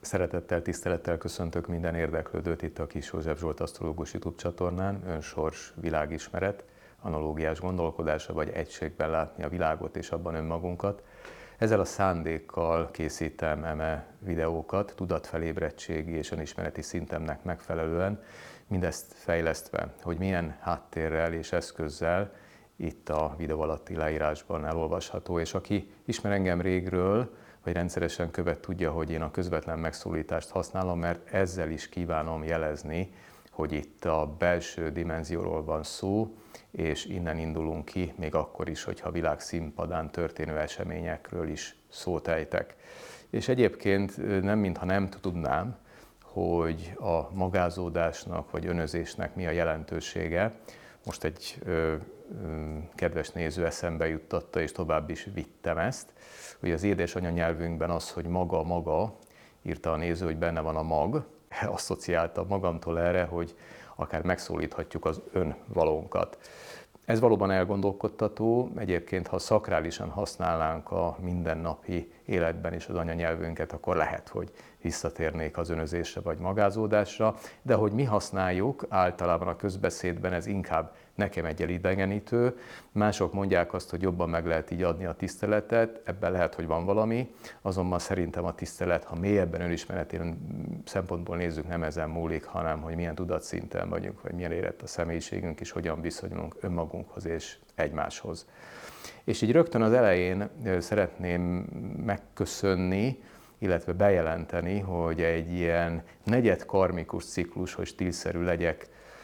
Szeretettel, tisztelettel köszöntök minden érdeklődőt itt a Kiss József Zsolt Asztrológus YouTube csatornán. Önsors, világismeret, analógiás gondolkodása vagy egységben látni a világot és abban önmagunkat. Ezzel a szándékkal készítem eme videókat tudatfelébredtségi és önismereti szintemnek megfelelően, mindezt fejlesztve, hogy milyen háttérrel és eszközzel itt a videó alatti leírásban elolvasható, és aki ismer engem régről, vagy rendszeresen követ, tudja, hogy én a közvetlen megszólítást használom, mert ezzel is kívánom jelezni, hogy itt a belső dimenzióról van szó, és innen indulunk ki, még akkor is, hogyha világ színpadán történő eseményekről is szót ejtek. És egyébként nem mintha nem tudnám, hogy a magázódásnak vagy önözésnek mi a jelentősége. Most egy kedves néző eszembe juttatta, és tovább is vittem ezt, hogy az édesanyanyelvünkben az, hogy maga, írta a néző, hogy benne van a mag, asszociálta magamtól erre, hogy akár megszólíthatjuk az önvalónkat. Ez valóban elgondolkodtató, egyébként ha szakrálisan használnánk a mindennapi életben is az anyanyelvünket, akkor lehet, hogy visszatérnék az önözésre vagy magázódásra, de hogy mi használjuk általában a közbeszédben, ez inkább nekem egyel idegenítő. Mások mondják azt, hogy jobban meg lehet így adni a tiszteletet, ebben lehet, hogy van valami, azonban szerintem a tisztelet, ha mélyebben önismereti szempontból nézzük, nem ezen múlik, hanem hogy milyen tudatszinten vagyunk, vagy milyen érett a személyiségünk, és hogyan viszonyulunk önmagunkhoz és egymáshoz. És így rögtön az elején szeretném megköszönni, illetve bejelenteni, hogy egy ilyen negyed karmikus ciklus, hogy stílszerű legyek,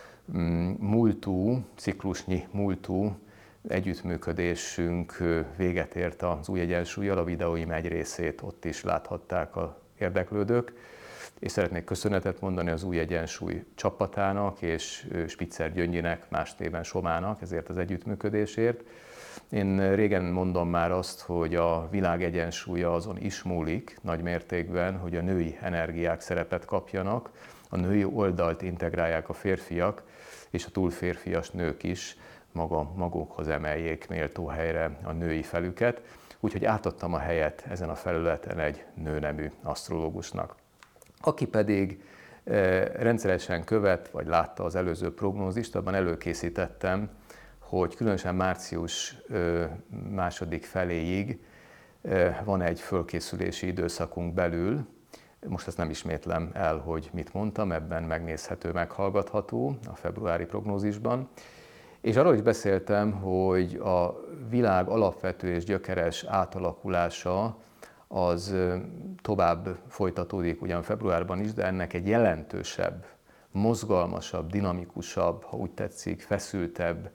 ciklusnyi múltú együttműködésünk véget ért az új egyensúllyal, a videóim egy részét ott is láthatták az érdeklődők, és szeretnék köszönetet mondani az új egyensúly csapatának és Spitzer Gyöngyinek, más néven Somának ezért az együttműködésért. Én régen mondom már azt, hogy a világ egyensúlya azon is múlik nagy mértékben, hogy a női energiák szerepet kapjanak, a női oldalt integrálják a férfiak, és a túl férfias nők is magukhoz emeljék méltó helyre a női felüket. Úgyhogy átadtam a helyet ezen a felületen egy nőnemű asztrológusnak. Aki pedig rendszeresen követ, vagy látta az előző prognózist, abban előkészítettem, hogy különösen március második feléig van egy fölkészülési időszakunk belül. Most ezt nem ismétlem el, hogy mit mondtam, ebben megnézhető, meghallgatható a februári prognózisban. És arról is beszéltem, hogy a világ alapvető és gyökeres átalakulása az tovább folytatódik ugyan februárban is, de ennek egy jelentősebb, mozgalmasabb, dinamikusabb, ha úgy tetszik, feszültebb,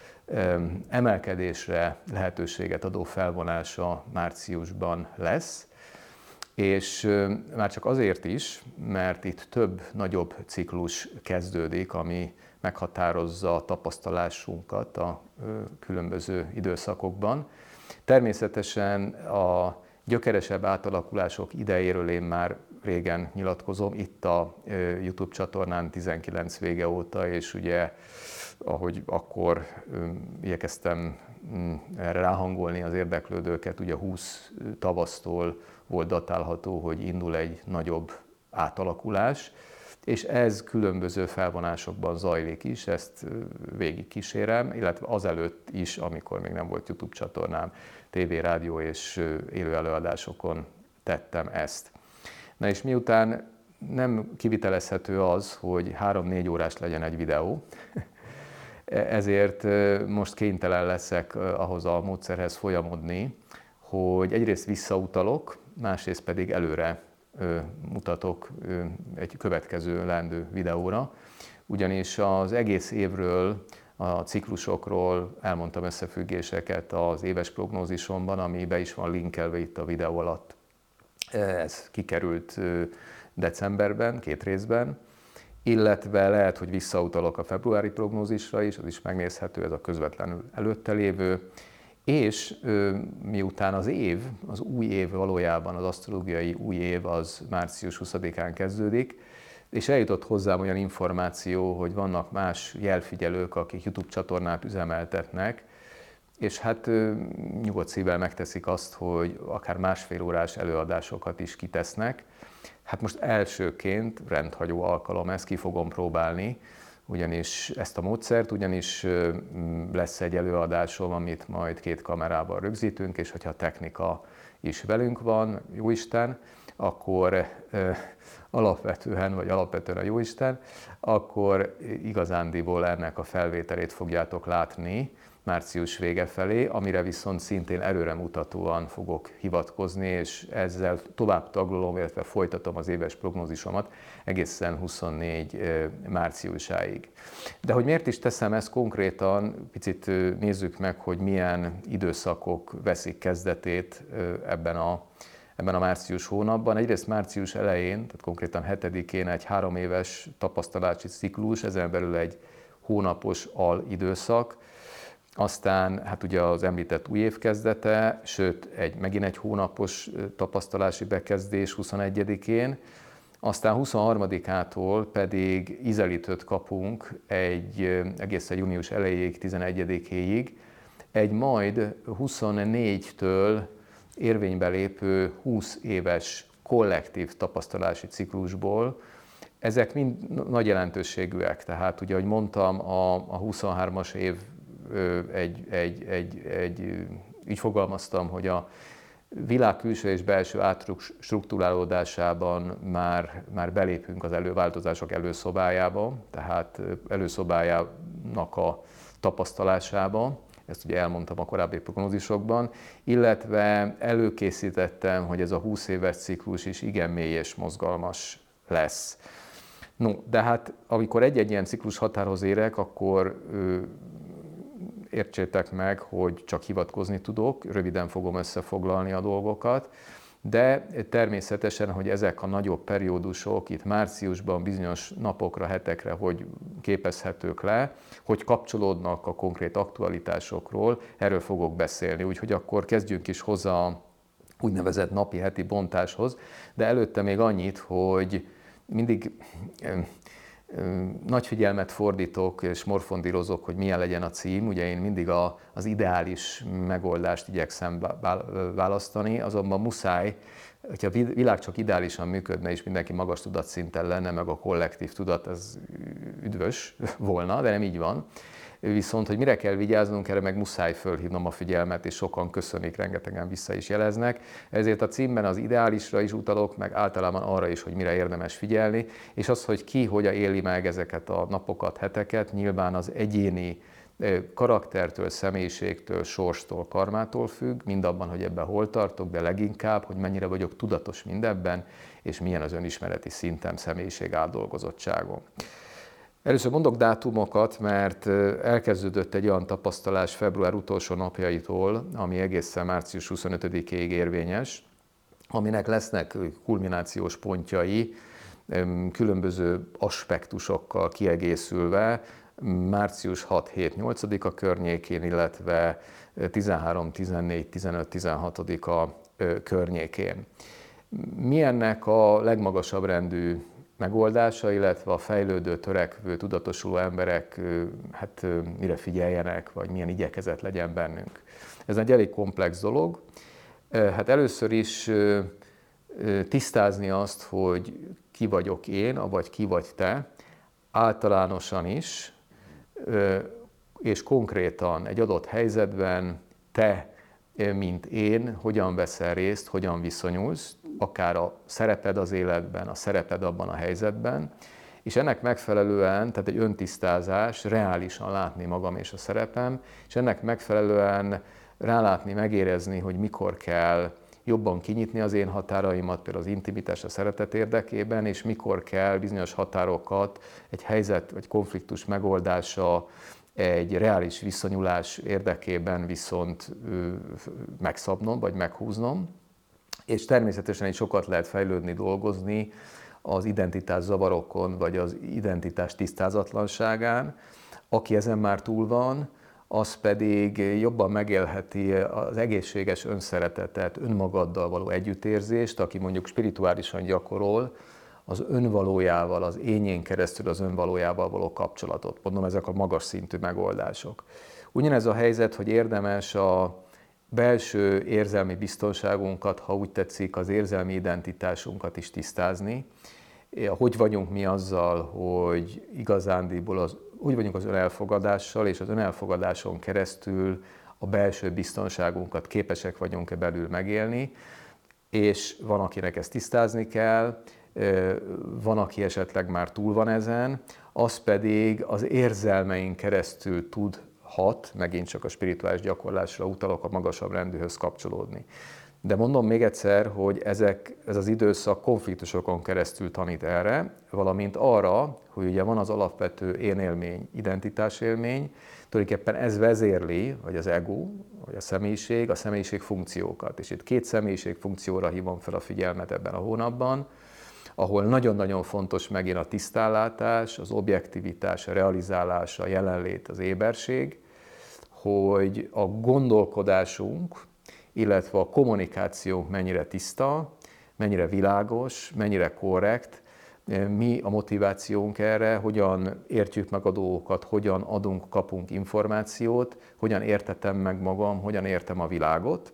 emelkedésre lehetőséget adó felvonása márciusban lesz. És már csak azért is, mert itt több nagyobb ciklus kezdődik, ami meghatározza a tapasztalásunkat a különböző időszakokban. Természetesen a gyökeresebb átalakulások idejéről én már régen nyilatkozom, itt a YouTube csatornán 19 vége óta, és ugye, ahogy akkor igyekeztem erre ráhangolni az érdeklődőket, ugye 20 tavasztól volt datálható, hogy indul egy nagyobb átalakulás, és ez különböző felvonásokban zajlik is, ezt végig kísérem, illetve azelőtt is, amikor még nem volt YouTube csatornám, tévé, rádió és élő előadásokon tettem ezt. Na és miután nem kivitelezhető az, hogy 3-4 órás legyen egy videó, ezért most kénytelen leszek ahhoz a módszerhez folyamodni, hogy egyrészt visszautalok, másrészt pedig előre mutatok egy következő leendő videóra, ugyanis az egész évről, a ciklusokról elmondtam összefüggéseket az éves prognózisomban, ami be is van linkelve itt a videó alatt. Ez kikerült decemberben, 2 részben, illetve lehet, hogy visszautalok a februári prognózisra is, az is megnézhető, ez a közvetlenül előtte lévő. És miután az új év valójában, az asztrológiai új év az március 20-án kezdődik, és eljutott hozzám olyan információ, hogy vannak más jelfigyelők, akik YouTube csatornát üzemeltetnek, és hát nyugodt szívvel megteszik azt, hogy akár másfél órás előadásokat is kitesznek. Hát most elsőként rendhagyó alkalom, ezt ki fogom próbálni, ugyanis ezt a módszert, ugyanis lesz egy előadásom, amit majd 2 kamerával rögzítünk, és hogyha a technika is velünk van, jóisten, akkor alapvetően a jóisten, akkor igazándiból ennek a felvételét fogjátok látni március vége felé, amire viszont szintén előremutatóan fogok hivatkozni, és ezzel tovább taglolom, illetve folytatom az éves prognózisomat egészen 24 márciusáig. De hogy miért is teszem ezt konkrétan, picit nézzük meg, hogy milyen időszakok veszik kezdetét ebben a március hónapban. Egyrészt március elején, tehát konkrétan 7-én egy 3 éves tapasztalási ciklus, ezen belül egy hónapos alidőszak, aztán hát ugye az említett új év kezdete, sőt megint egy hónapos tapasztalási bekezdés 21-én, aztán 23-ától pedig ízelítőt kapunk egészen június elejéig, 11-éig, egy majd 24-től érvénybe lépő 20 éves kollektív tapasztalási ciklusból. Ezek mind nagy jelentőségűek, tehát ugye, ahogy mondtam, a 23-as év így fogalmaztam, hogy a világ külső és belső átstruktúrálódásában már belépünk az változások előszobájába, tehát előszobájának a tapasztalásába, ezt ugye elmondtam a korábbi prognózisokban, illetve előkészítettem, hogy ez a 20 éves ciklus is igen mély és mozgalmas lesz. No, de hát amikor egy-egy ilyen ciklus határhoz érek, akkor értsétek meg, hogy csak hivatkozni tudok, röviden fogom összefoglalni a dolgokat, de természetesen, hogy ezek a nagyobb periódusok itt márciusban bizonyos napokra, hetekre hogy képezhetők le, hogy kapcsolódnak a konkrét aktualitásokról, erről fogok beszélni. Úgyhogy akkor kezdjünk is hozzá a úgynevezett napi-heti bontáshoz, de előtte még annyit, hogy mindig nagy figyelmet fordítok és morfondírozok, hogy milyen legyen a cím. Ugye én mindig az ideális megoldást igyekszem választani, azonban muszáj, hogyha a világ csak ideálisan működne és mindenki magas tudatszinten lenne, meg a kollektív tudat, ez üdvös volna, de nem így van. Viszont, hogy mire kell vigyáznunk, erre meg muszáj fölhívnom a figyelmet, és sokan köszönik, rengetegen vissza is jeleznek. Ezért a címben az ideálisra is utalok, meg általában arra is, hogy mire érdemes figyelni, és az, hogy ki hogyan éli meg ezeket a napokat, heteket, nyilván az egyéni karaktertől, személyiségtől, sorstól, karmától függ, mindabban, hogy ebben hol tartok, de leginkább, hogy mennyire vagyok tudatos mindebben, és milyen az önismereti szintem, személyiség átdolgozottságom. Először mondok dátumokat, mert elkezdődött egy olyan tapasztalás február utolsó napjaitól, ami egészen március 25-ig érvényes, aminek lesznek kulminációs pontjai, különböző aspektusokkal kiegészülve, március 6-7-8-a környékén, illetve 13, 14, 15, 16-a környékén. Mi ennek a legmagasabb rendű megoldása, illetve a fejlődő, törekvő, tudatosuló emberek mire figyeljenek, vagy milyen igyekezet legyen bennünk. Ez egy elég komplex dolog. Hát először is tisztázni azt, hogy ki vagyok én, vagy ki vagy te, általánosan is, és konkrétan egy adott helyzetben te, mint én, hogyan veszel részt, hogyan viszonyulsz, akár a szereped az életben, a szereped abban a helyzetben, és ennek megfelelően, tehát egy öntisztázás, reálisan látni magam és a szerepem, és ennek megfelelően rálátni, megérezni, hogy mikor kell jobban kinyitni az én határaimat, például az intimitás, a szeretet érdekében, és mikor kell bizonyos határokat egy helyzet vagy konfliktus megoldása, egy reális viszonyulás érdekében viszont megszabnom, vagy meghúznom. És természetesen így sokat lehet fejlődni, dolgozni az identitás zavarokon, vagy az identitás tisztázatlanságán. Aki ezen már túl van, az pedig jobban megélheti az egészséges önszeretetet, önmagaddal való együttérzést, aki mondjuk spirituálisan gyakorol, az önvalójával, az énjén keresztül az önvalójával való kapcsolatot. Mondom, ezek a magas szintű megoldások. Ugyanez a helyzet, hogy érdemes a belső érzelmi biztonságunkat, ha úgy tetszik, az érzelmi identitásunkat is tisztázni. Hogy vagyunk mi azzal, hogy igazándiból hogy vagyunk az önelfogadással, és az önelfogadáson keresztül a belső biztonságunkat képesek vagyunk-e belül megélni, és van, akinek ezt tisztázni kell, van, aki esetleg már túl van ezen, az pedig az érzelmeink keresztül tudhat, megint csak a spirituális gyakorlásra utalok, a magasabb rendűhöz kapcsolódni. De mondom még egyszer, hogy ez az időszak konfliktusokon keresztül tanít erre, valamint arra, hogy ugye van az alapvető énélmény, identitásélmény, tulajdonképpen ez vezérli, vagy az ego, vagy a személyiség funkciókat. És itt 2 személyiség funkcióra hívom fel a figyelmet ebben a hónapban, ahol nagyon-nagyon fontos megint a tisztánlátás, az objektivitás, a realizálás, a jelenlét, az éberség, hogy a gondolkodásunk, illetve a kommunikációnk mennyire tiszta, mennyire világos, mennyire korrekt, mi a motivációnk erre, hogyan értjük meg a dolgokat, hogyan adunk, kapunk információt, hogyan értetem meg magam, hogyan értem a világot.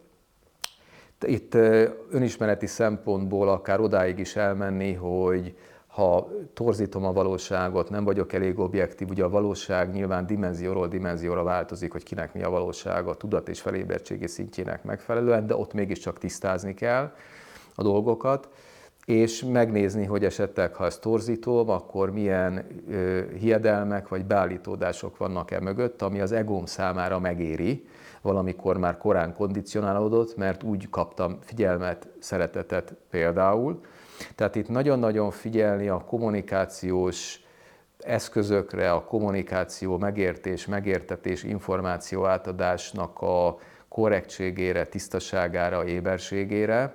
Itt önismereti szempontból akár odáig is elmenni, hogy ha torzítom a valóságot, nem vagyok elég objektív, ugye a valóság nyilván dimenzióról dimenzióra változik, hogy kinek mi a valóság a tudat és felébertségi szintjének megfelelően, de ott mégiscsak tisztázni kell a dolgokat, és megnézni, hogy esetleg, ha ezt torzítom, akkor milyen hiedelmek vagy beállítódások vannak mögött, ami az egóm számára megéri, valamikor már korán kondicionálódott, mert úgy kaptam figyelmet, szeretetet például. Tehát itt nagyon-nagyon figyelni a kommunikációs eszközökre, a kommunikáció megértetés, információ átadásnak a korrektségére, tisztaságára, éberségére,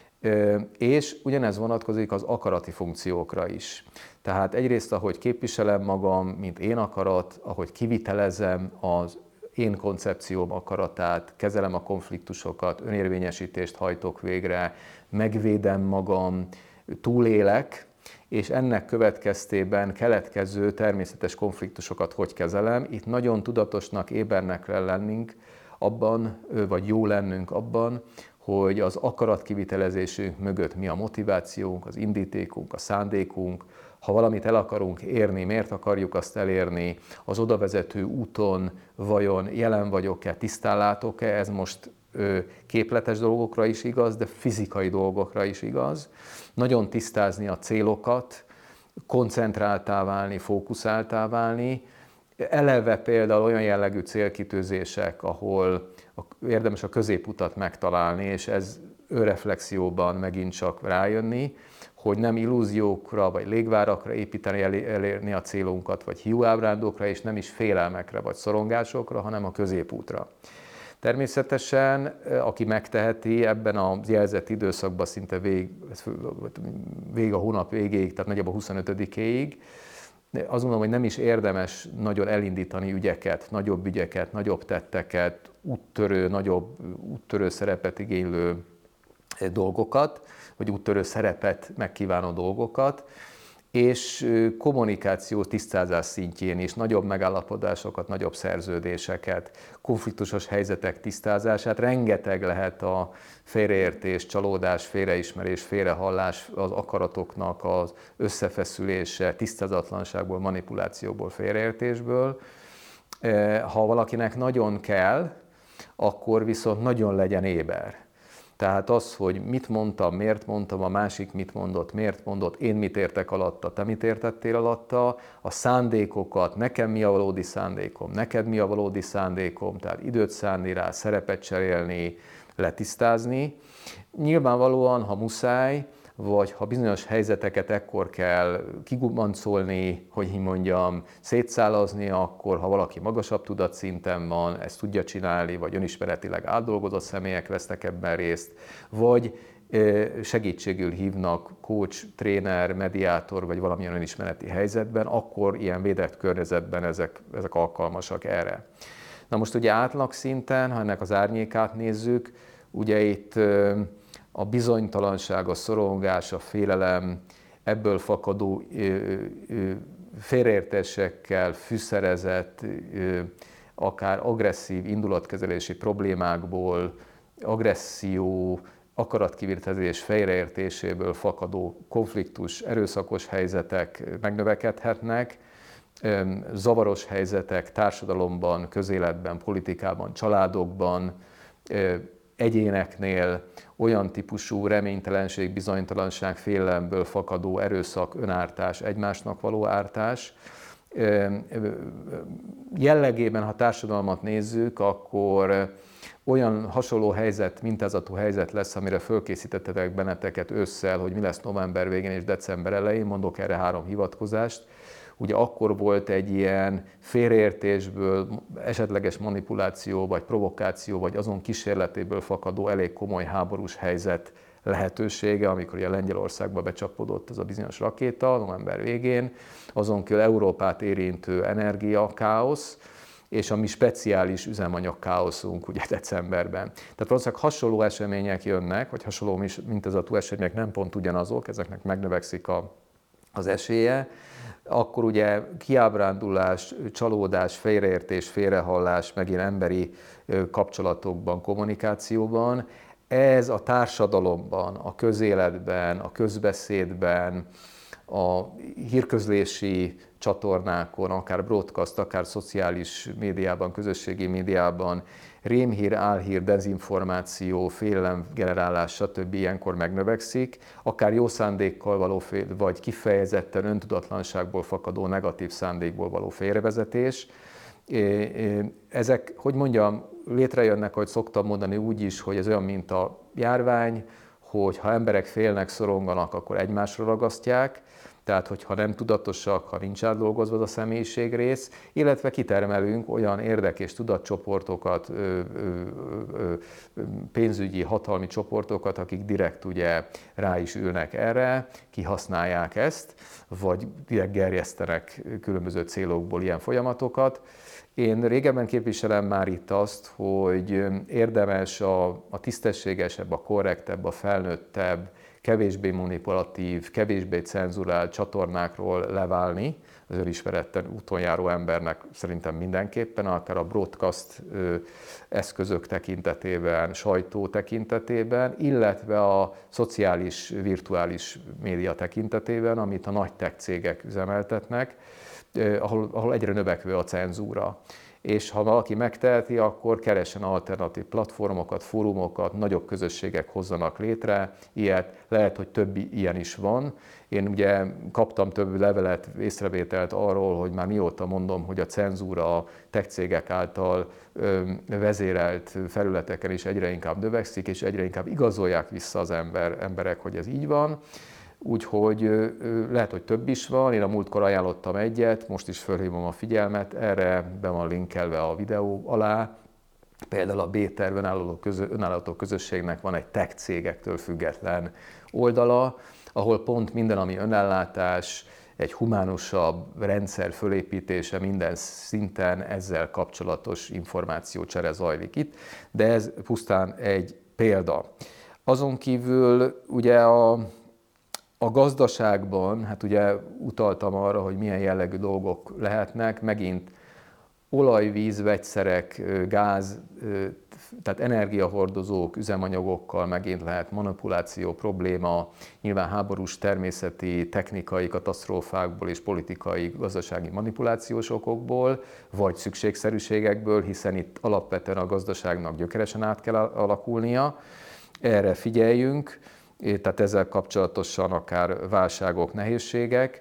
és ugyanez vonatkozik az akarati funkciókra is. Tehát egyrészt, ahogy képviselem magam, mint én akarat, ahogy kivitelezem az én koncepcióm akaratát, kezelem a konfliktusokat, önérvényesítést hajtok végre, megvédem magam, túlélek, és ennek következtében keletkező természetes konfliktusokat hogy kezelem. Itt nagyon tudatosnak, ébernek kell lennünk abban, vagy jó lennünk abban, hogy az akaratkivitelezésünk mögött mi a motivációnk, az indítékunk, a szándékunk, ha valamit el akarunk érni, miért akarjuk azt elérni, az odavezető úton vajon jelen vagyok-e, tisztán látok-e, ez most képletes dolgokra is igaz, de fizikai dolgokra is igaz. Nagyon tisztázni a célokat, koncentráltá válni, fókuszáltá válni. Eleve például olyan jellegű célkitűzések, ahol érdemes a középutat megtalálni, és ez önreflexióban megint csak rájönni, hogy nem illúziókra vagy légvárakra építeni, elérni a célunkat, vagy hiúábrándokra, és nem is félelmekre vagy szorongásokra, hanem a középútra. Természetesen, aki megteheti, ebben a jelzett időszakban szinte vég a hónap végéig, tehát nagyjából 25-éig, azt gondolom, hogy nem is érdemes nagyon elindítani ügyeket, nagyobb tetteket, nagyobb úttörő szerepet igénylő dolgokat, vagy úttörő szerepet megkívánó dolgokat, és kommunikáció tisztázás szintjén is nagyobb megállapodásokat, nagyobb szerződéseket, konfliktusos helyzetek tisztázását, rengeteg lehet a félreértés, csalódás, félreismerés, félrehallás, az akaratoknak az összefeszülése, tisztázatlanságból, manipulációból, félreértésből. Ha valakinek nagyon kell, akkor viszont nagyon legyen éber. Tehát az, hogy mit mondtam, miért mondtam, a másik mit mondott, miért mondott, én mit értek alatta, te mit értettél alatta, a szándékokat, nekem mi a valódi szándékom, neked mi a valódi szándékom, tehát időt szánni rá, szerepet cserélni, letisztázni. Nyilvánvalóan, ha muszáj, vagy ha bizonyos helyzeteket ekkor kell kigubancolni, hogy így mondjam, szétszálazni, akkor ha valaki magasabb tudatszinten van, ezt tudja csinálni, vagy önismeretileg átdolgozott személyek vesznek ebben részt, vagy segítségül hívnak coach, tréner, mediátor, vagy valamilyen önismereti helyzetben, akkor ilyen védett környezetben ezek alkalmasak erre. Na most ugye átlagszinten, ha ennek az árnyékát nézzük, ugye itt a bizonytalanság, a szorongás, a félelem, ebből fakadó félreértésekkel fűszerezett akár agresszív indulatkezelési problémákból, agresszió, akaratkivitelezés félreértéséből fakadó konfliktus, erőszakos helyzetek megnövekedhetnek, zavaros helyzetek társadalomban, közéletben, politikában, családokban, egyéneknél olyan típusú reménytelenség, bizonytalanság, félelemből fakadó erőszak, önártás, egymásnak való ártás. Jellegében, ha társadalmat nézzük, akkor olyan hasonló helyzet, mintázatú helyzet lesz, amire fölkészítettetek benneteket ősszel, hogy mi lesz november végén és december elején, mondok erre 3 hivatkozást. Ugye akkor volt egy ilyen félreértésből, esetleges manipuláció, vagy provokáció, vagy azon kísérletéből fakadó elég komoly háborús helyzet lehetősége, amikor ugye Lengyelországba becsapódott ez a bizonyos rakéta november végén, azon kívül Európát érintő energiakáosz, és a mi speciális üzemanyagkáoszunk ugye decemberben. Tehát valószínűleg hasonló események jönnek, vagy hasonló mintázatú események, nem pont ugyanazok, ezeknek megnövekszik az esélye, akkor ugye kiábrándulás, csalódás, félreértés, félrehallás, megint emberi kapcsolatokban, kommunikációban, ez a társadalomban, a közéletben, a közbeszédben, a hírközlési csatornákon, akár broadcast, akár szociális médiában, közösségi médiában, rémhír, álhír, dezinformáció, félelemgenerálás, stb. Ilyenkor megnövekszik, akár jó szándékkal való, vagy kifejezetten öntudatlanságból fakadó negatív szándékból való félrevezetés. Ezek, hogy mondjam, létrejönnek, ahogy szoktam mondani úgy is, hogy ez olyan, mint a járvány, hogy ha emberek félnek, szoronganak, akkor egymásra ragasztják, tehát hogyha nem tudatosak, ha nincs átdolgozva az a személyiségrész, illetve kitermelünk olyan érdek- és tudatcsoportokat, pénzügyi, hatalmi csoportokat, akik direkt ugye rá is ülnek erre, kihasználják ezt, vagy direkt gerjesztenek különböző célokból ilyen folyamatokat. Én régebben képviselem már itt azt, hogy érdemes a tisztességesebb, a korrektebb, a felnőttebb, kevésbé manipulatív, kevésbé cenzurált csatornákról leválni, az önismeretten úton járó embernek szerintem mindenképpen, akár a broadcast eszközök tekintetében, sajtó tekintetében, illetve a szociális, virtuális média tekintetében, amit a nagy tech cégek üzemeltetnek, ahol egyre növekvő a cenzúra. És ha valaki megteheti, akkor keressen alternatív platformokat, fórumokat, nagyobb közösségek hozzanak létre, ilyet, lehet, hogy több ilyen is van. Én ugye kaptam több levelet, észrevételt arról, hogy már mióta mondom, hogy a cenzúra a tech cégek által vezérelt felületeken is egyre inkább növekszik, és egyre inkább igazolják vissza az emberek, hogy ez így van. Úgyhogy lehet, hogy több is van, én a múltkor ajánlottam egyet, most is fölhívom a figyelmet, erre be van linkelve a videó alá. Például a B-terv önálló közösségnek van egy tech cégektől független oldala, ahol pont minden, ami önellátás, egy humánusabb rendszer fölépítése minden szinten ezzel kapcsolatos információcsere zajlik itt, de ez pusztán egy példa. Azon kívül ugye a gazdaságban, hát ugye utaltam arra, hogy milyen jellegű dolgok lehetnek, megint olaj, víz, vegyszerek, gáz, tehát energiahordozók, üzemanyagokkal megint lehet manipuláció, probléma, nyilván háborús természeti, technikai katasztrófákból és politikai, gazdasági manipulációs okokból, vagy szükségszerűségekből, hiszen itt alapvetően a gazdaságnak gyökeresen át kell alakulnia. Erre figyeljünk, tehát ezzel kapcsolatosan akár válságok, nehézségek.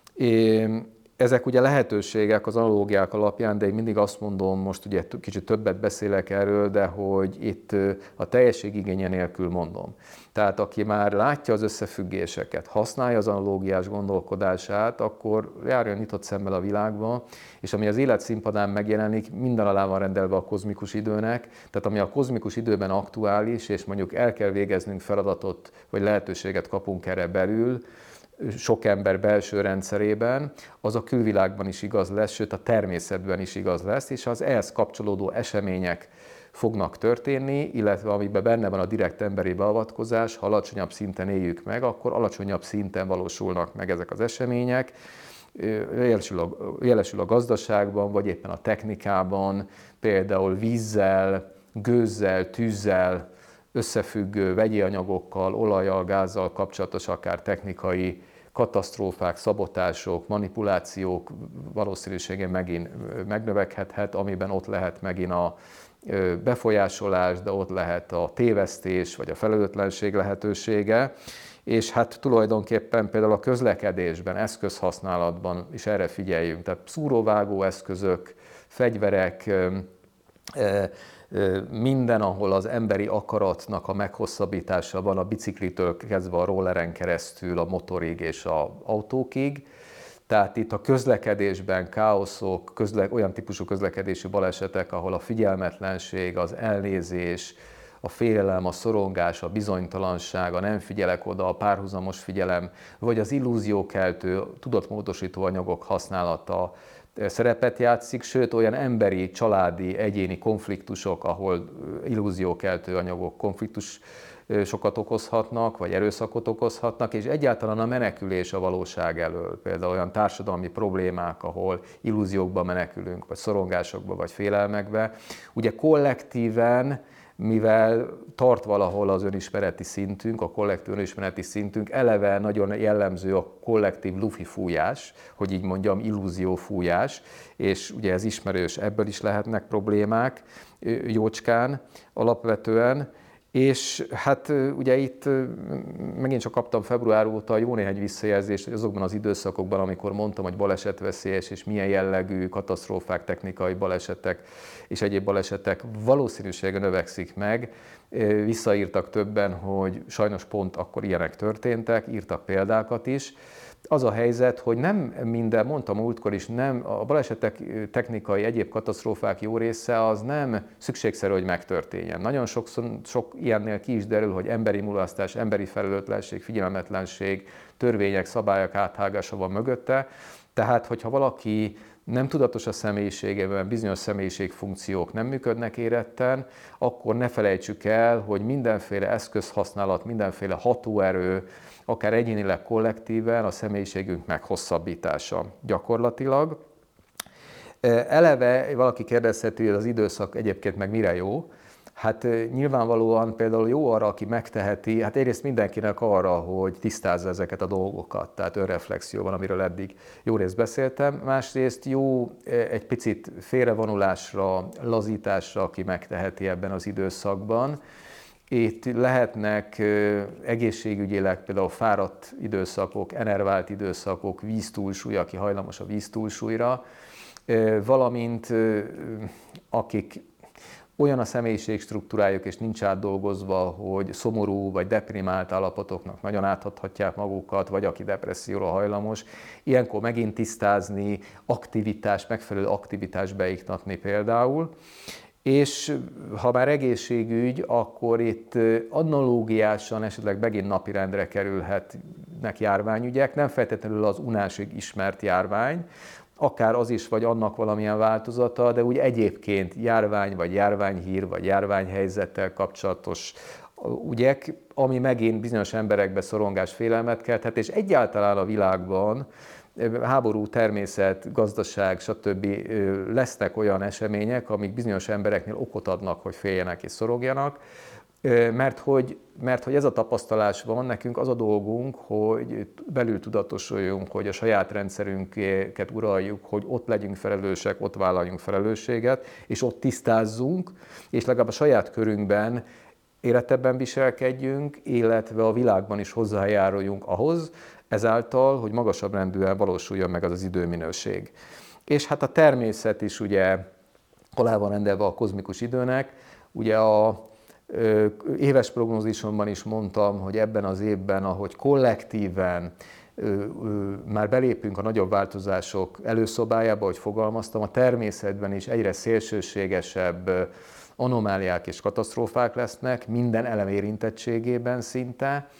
Ezek ugye lehetőségek az analógiák alapján, de én mindig azt mondom, most ugye kicsit többet beszélek erről, de hogy itt a teljesség igénye nélkül mondom. Tehát aki már látja az összefüggéseket, használja az analógiás gondolkodását, akkor járjon nyitott szemmel a világba, és ami az élet színpadán megjelenik, minden alá van rendelve a kozmikus időnek, tehát ami a kozmikus időben aktuális, és mondjuk el kell végeznünk feladatot, vagy lehetőséget kapunk erre belül, sok ember belső rendszerében, az a külvilágban is igaz lesz, sőt a természetben is igaz lesz, és az ehhez kapcsolódó események fognak történni, illetve amiben benne van a direkt emberi beavatkozás, ha alacsonyabb szinten éljük meg, akkor alacsonyabb szinten valósulnak meg ezek az események. jelesül a gazdaságban, vagy éppen a technikában, például vízzel, gőzzel, tűzzel összefüggő vegyi anyagokkal, olajjal, gázzal kapcsolatos akár technikai katasztrófák, szabotások, manipulációk valószínűsége megint megnövekedhet, amiben ott lehet megint a befolyásolás, de ott lehet a tévesztés vagy a felelőtlenség lehetősége. És hát tulajdonképpen például a közlekedésben, eszközhasználatban is erre figyeljünk. Tehát szúróvágó eszközök, fegyverek, minden, ahol az emberi akaratnak a meghosszabbítása van, a biciklitől kezdve a rolleren keresztül, a motorig és az autókig. Tehát itt a közlekedésben káoszok, olyan típusú közlekedési balesetek, ahol a figyelmetlenség, az elnézés, a félelem, a szorongás, a bizonytalanság, a nem figyelek oda, a párhuzamos figyelem, vagy az illúziókeltő, tudatmódosító anyagok használata szerepet játszik, sőt olyan emberi, családi, egyéni konfliktusok, ahol illúziókeltő anyagok konfliktusokat okozhatnak, vagy erőszakot okozhatnak, és egyáltalán a menekülés a valóság elől. Például olyan társadalmi problémák, ahol illúziókba menekülünk, vagy szorongásokba, vagy félelmekbe. Ugye kollektíven, mivel tart valahol az önismereti szintünk, a kollektív önismereti szintünk, eleve nagyon jellemző a kollektív lufi fújás, hogy így mondjam, illúzió fújás, és ugye ez ismerős, ebből is lehetnek problémák jócskán alapvetően. És hát ugye itt megint csak kaptam február óta jó néhány visszajelzést, hogy azokban az időszakokban, amikor mondtam, hogy balesetveszélyes és milyen jellegű katasztrófák, technikai balesetek és egyéb balesetek valószínűsége növekszik meg. Visszaírtak többen, hogy sajnos pont akkor ilyenek történtek, írtak példákat is. Az a helyzet, hogy nem minden, mondtam múltkor is, nem, a balesetek, technikai, egyéb katasztrófák jó része az nem szükségszerű, hogy megtörténjen. Nagyon sok ilyennél ki is derül, hogy emberi mulasztás, emberi felelőtlenség, figyelmetlenség, törvények, szabályok áthágása van mögötte. Tehát, hogyha valaki nem tudatos a személyiségében, bizonyos személyiségfunkciók nem működnek éretten, akkor ne felejtsük el, hogy mindenféle eszközhasználat, mindenféle hatóerő, akár egyénileg, kollektíven a személyiségünk meghosszabbítása gyakorlatilag. Eleve valaki kérdezheti, hogy az időszak egyébként meg mire jó. Hát nyilvánvalóan például jó arra, aki megteheti, hát egyrészt mindenkinek arra, hogy tisztázza ezeket a dolgokat, tehát önreflexió van, amiről eddig jó részt beszéltem. Másrészt jó egy picit félrevonulásra, lazításra, aki megteheti ebben az időszakban. Itt lehetnek egészségügyileg például fáradt időszakok, enervált időszakok, víztúlsúly, aki hajlamos a víztúlsúlyra, valamint akik olyan a személyiségstruktúrájuk és nincs átdolgozva, hogy szomorú vagy deprimált állapotoknak nagyon átadhatják magukat, vagy aki depresszióra hajlamos. Ilyenkor megint tisztázni, megfelelő aktivitást beiktatni például. És ha már egészségügy, akkor itt analógiásan esetleg megint napirendre kerülhetnek járványügyek, nem feltétlenül az unásig ismert járvány, akár az is, vagy annak valamilyen változata, de úgy egyébként járvány, vagy járványhír, vagy járványhelyzettel kapcsolatos ügyek, ami megint bizonyos emberekbe szorongás, félelmet kelthet, és egyáltalán a világban háború, természet, gazdaság, stb. Lesznek olyan események, amik bizonyos embereknél okot adnak, hogy féljenek és szorongjanak, mert hogy ez a tapasztalás van, nekünk az a dolgunk, hogy belül tudatosuljunk, hogy a saját rendszerünket uraljuk, hogy ott legyünk felelősek, ott vállaljunk felelősséget, és ott tisztázzunk, és legalább a saját körünkben érettebben viselkedjünk, illetve a világban is hozzájáruljunk ahhoz, ezáltal, hogy magasabb rendűen valósuljon meg az az időminőség. És hát a természet is ugye alá van rendelve a kozmikus időnek. Ugye a éves prognózisomban is mondtam, hogy ebben az évben, ahogy kollektíven már belépünk a nagyobb változások előszobájába, ahogy fogalmaztam, a természetben is egyre szélsőségesebb anomáliák és katasztrófák lesznek, minden elem érintettségében szinte,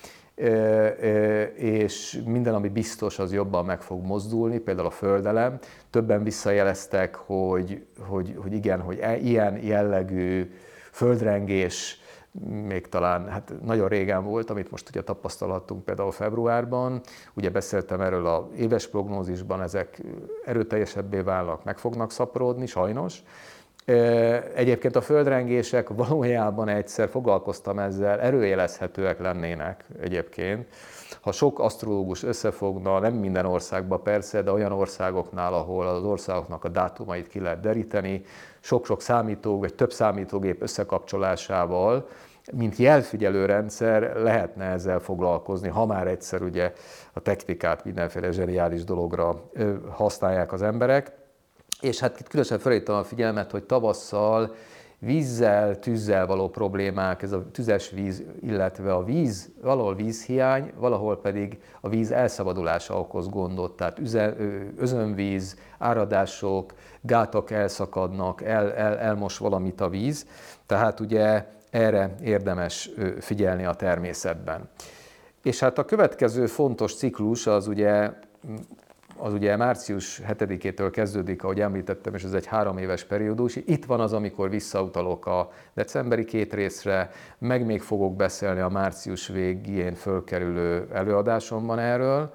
és minden, ami biztos, az jobban meg fog mozdulni, például a földelem. Többen visszajeleztek, hogy igen, hogy ilyen jellegű földrengés még talán hát nagyon régen volt, amit most ugye tapasztalhattunk például februárban. Ugye beszéltem erről az éves prognózisban, ezek erőteljesebbé válnak, meg fognak szaporodni, sajnos. Egyébként a földrengések valójában egyszer foglalkoztam ezzel, előjelezhetőek lennének egyébként. Ha sok asztrológus összefogna, nem minden országban persze, de olyan országoknál, ahol az országoknak a dátumait ki lehet deríteni, sok-sok vagy több számítógép összekapcsolásával, mint jelfigyelő rendszer lehetne ezzel foglalkozni, ha már egyszer ugye a technikát mindenféle zseniális dologra használják az emberek. És hát itt különösen felhívtam a figyelmet, hogy tavasszal vízzel, tűzzel való problémák, ez a tüzes víz, illetve a víz, valahol vízhiány, valahol pedig a víz elszabadulása okoz gondot, tehát özönvíz, áradások, gátak elszakadnak, elmos valamit a víz, tehát ugye erre érdemes figyelni a természetben. És hát a következő fontos ciklus az ugye március 7-től kezdődik, ahogy említettem, és ez egy 3 éves periódus. Itt van az, amikor visszautalok a decemberi 2 részre, meg még fogok beszélni a március végén fölkerülő előadásomban erről.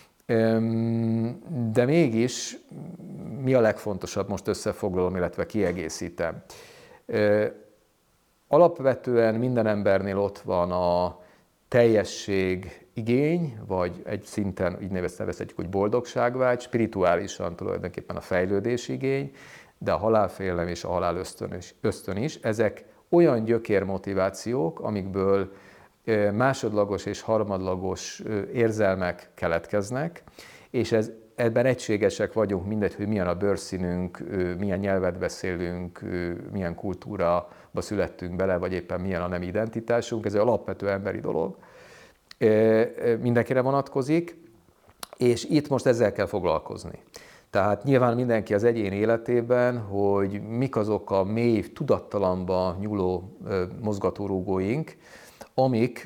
De mégis mi a legfontosabb, most összefoglalom, illetve kiegészítem. Alapvetően minden embernél ott van a teljesség igény, vagy egy szinten így nevezhetjük, hogy boldogságvágy, spirituálisan tulajdonképpen a fejlődés igény, de a halálfélelem és a halál ösztön is. Ezek olyan gyökérmotivációk, amikből másodlagos és harmadlagos érzelmek keletkeznek, és ebben egységesek vagyunk, mindegy, hogy milyen a bőrszínünk, milyen nyelvet beszélünk, milyen kultúrába születtünk bele, vagy éppen milyen a nemi identitásunk. Ez egy alapvető emberi dolog. Mindenkire vonatkozik, és itt most ezzel kell foglalkozni. Tehát nyilván mindenki az egyén életében, hogy mik azok a mély, tudattalanba nyúló mozgatórugóink, amik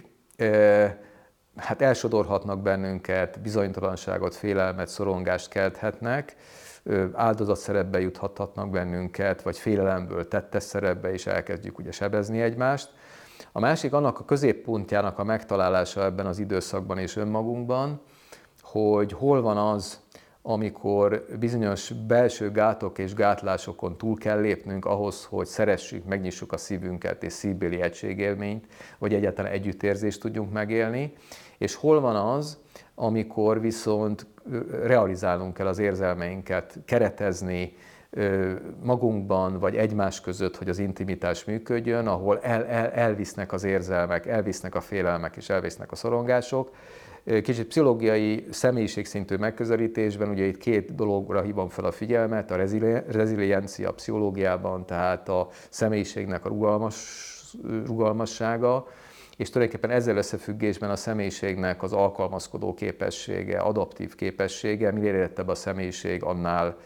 hát elsodorhatnak bennünket, bizonytalanságot, félelmet, szorongást kelthetnek, áldozatszerepbe juthatnak bennünket, vagy félelemből tettes szerepbe is elkezdjük ugye sebezni egymást. A másik annak a középpontjának a megtalálása ebben az időszakban és önmagunkban, hogy hol van az, amikor bizonyos belső gátok és gátlásokon túl kell lépnünk ahhoz, hogy szeressük, megnyissuk a szívünket és szívbéli egységélményt, vagy egyáltalán együttérzést tudjunk megélni, és hol van az, amikor viszont realizálnunk kell az érzelmeinket, keretezni magunkban vagy egymás között, hogy az intimitás működjön, ahol elvisznek az érzelmek, elvisznek a félelmek és elvisznek a szorongások. Kicsit pszichológiai, személyiségszintű megközelítésben, ugye itt 2 dologra hívom fel a figyelmet, a reziliencia pszichológiában, tehát a személyiségnek a rugalmassága, és tulajdonképpen ezzel összefüggésben a személyiségnek az alkalmazkodó képessége, adaptív képessége, minél érettebb a személyiség, annál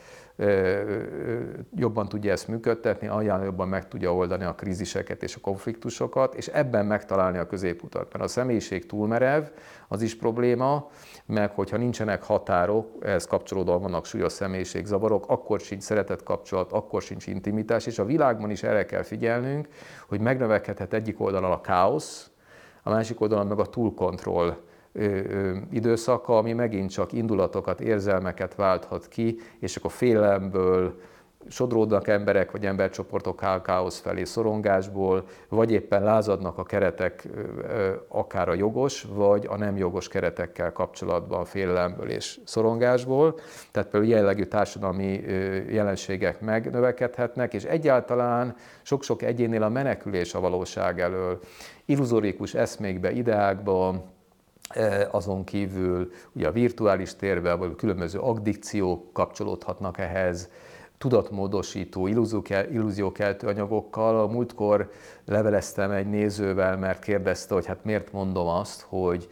jobban tudja ezt működtetni, annál jobban meg tudja oldani a kríziseket és a konfliktusokat, és ebben megtalálni a középutat. Mert a személyiség túlmerev, az is probléma, meg hogyha nincsenek határok, ehhez kapcsolódóan vannak súlyos személyiségzavarok, akkor sincs szeretetkapcsolat, akkor sincs intimitás, és a világban is erre kell figyelnünk, hogy megnövekedhet egyik oldalon a káosz, a másik oldalon meg a túlkontroll időszaka, ami megint csak indulatokat, érzelmeket válthat ki, és akkor félelemből sodródnak emberek vagy embercsoportok káosz felé, szorongásból, vagy éppen lázadnak a keretek akár a jogos, vagy a nem jogos keretekkel kapcsolatban félelemből és szorongásból. Tehát például jellegű társadalmi jelenségek megnövekedhetnek, és egyáltalán sok-sok egyénnél a menekülés a valóság elől, illuzórikus eszmékbe, ideákba, azon kívül ugye a virtuális térben, vagy különböző addikciók kapcsolódhatnak ehhez, tudatmódosító, illúziókeltő anyagokkal. A múltkor leveleztem egy nézővel, mert kérdezte, hogy hát miért mondom azt, hogy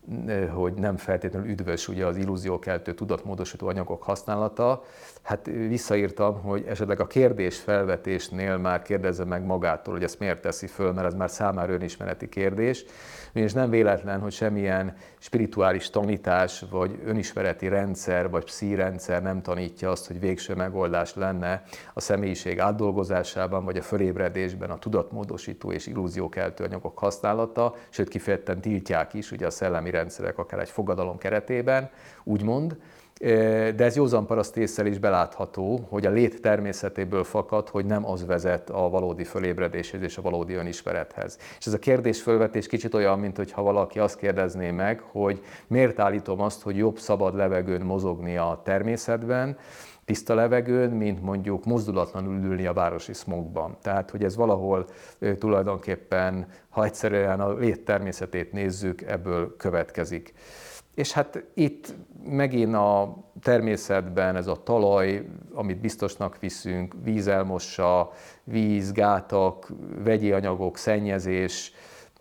hogy nem feltétlenül üdvös ugye az illúziókeltő tudatmódosító anyagok használata. Hát visszaírtam, hogy esetleg a kérdésfelvetésnél már kérdezze meg magától, hogy ezt miért teszi föl, mert ez már számára önismereti kérdés. És nem véletlen, hogy semmilyen spirituális tanítás, vagy önismereti rendszer, vagy pszírendszer nem tanítja azt, hogy végső megoldás lenne a személyiség átdolgozásában, vagy a fölébredésben a tudatmódosító és illúziókeltő anyagok használata, sőt kifejezetten tiltják is ugye a szellemi rendszerek akár egy fogadalom keretében, úgymond. De ez józan paraszt ésszel is belátható, hogy a lét természetéből fakad, hogy nem az vezet a valódi fölébredéshez és a valódi önismerethez. És ez a kérdésfölvetés kicsit olyan, mint ha valaki azt kérdezné meg, hogy miért állítom azt, hogy jobb szabad levegőn mozogni a természetben, tiszta levegőn, mint mondjuk mozdulatlanul ülni a városi smogban. Tehát, hogy ez valahol tulajdonképpen, ha egyszerűen a lét természetét nézzük, ebből következik. És hát itt megint a természetben ez a talaj, amit biztosnak viszünk, víz elmossa, víz, gátak, vegyi anyagok, szennyezés,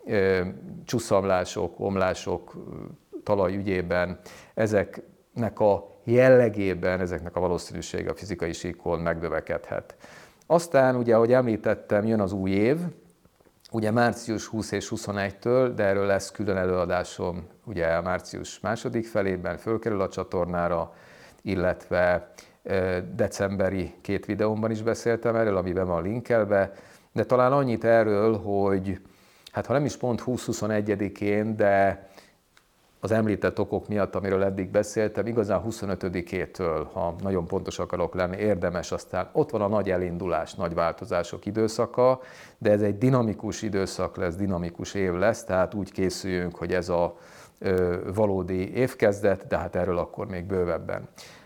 csuszamlások, omlások talaj ügyében, ezeknek a jellegében, ezeknek a valószínűsége a fizikai síkon megnövekedhet. Aztán ugye, ahogy említettem, jön az új év, ugye március 20 és 21-től, de erről lesz külön előadásom ugye a március második felében, fölkerül a csatornára, illetve decemberi 2 videómban is beszéltem erről, amiben van linkelve, de talán annyit erről, hogy hát ha nem is pont 20-21-én, de az említett okok miatt, amiről eddig beszéltem, igazán 25-től, ha nagyon pontos akarok lenni, érdemes, aztán ott van a nagy elindulás, nagy változások időszaka, de ez egy dinamikus időszak lesz, dinamikus év lesz, tehát úgy készüljünk, hogy ez a valódi évkezdet, de hát erről akkor még bővebben.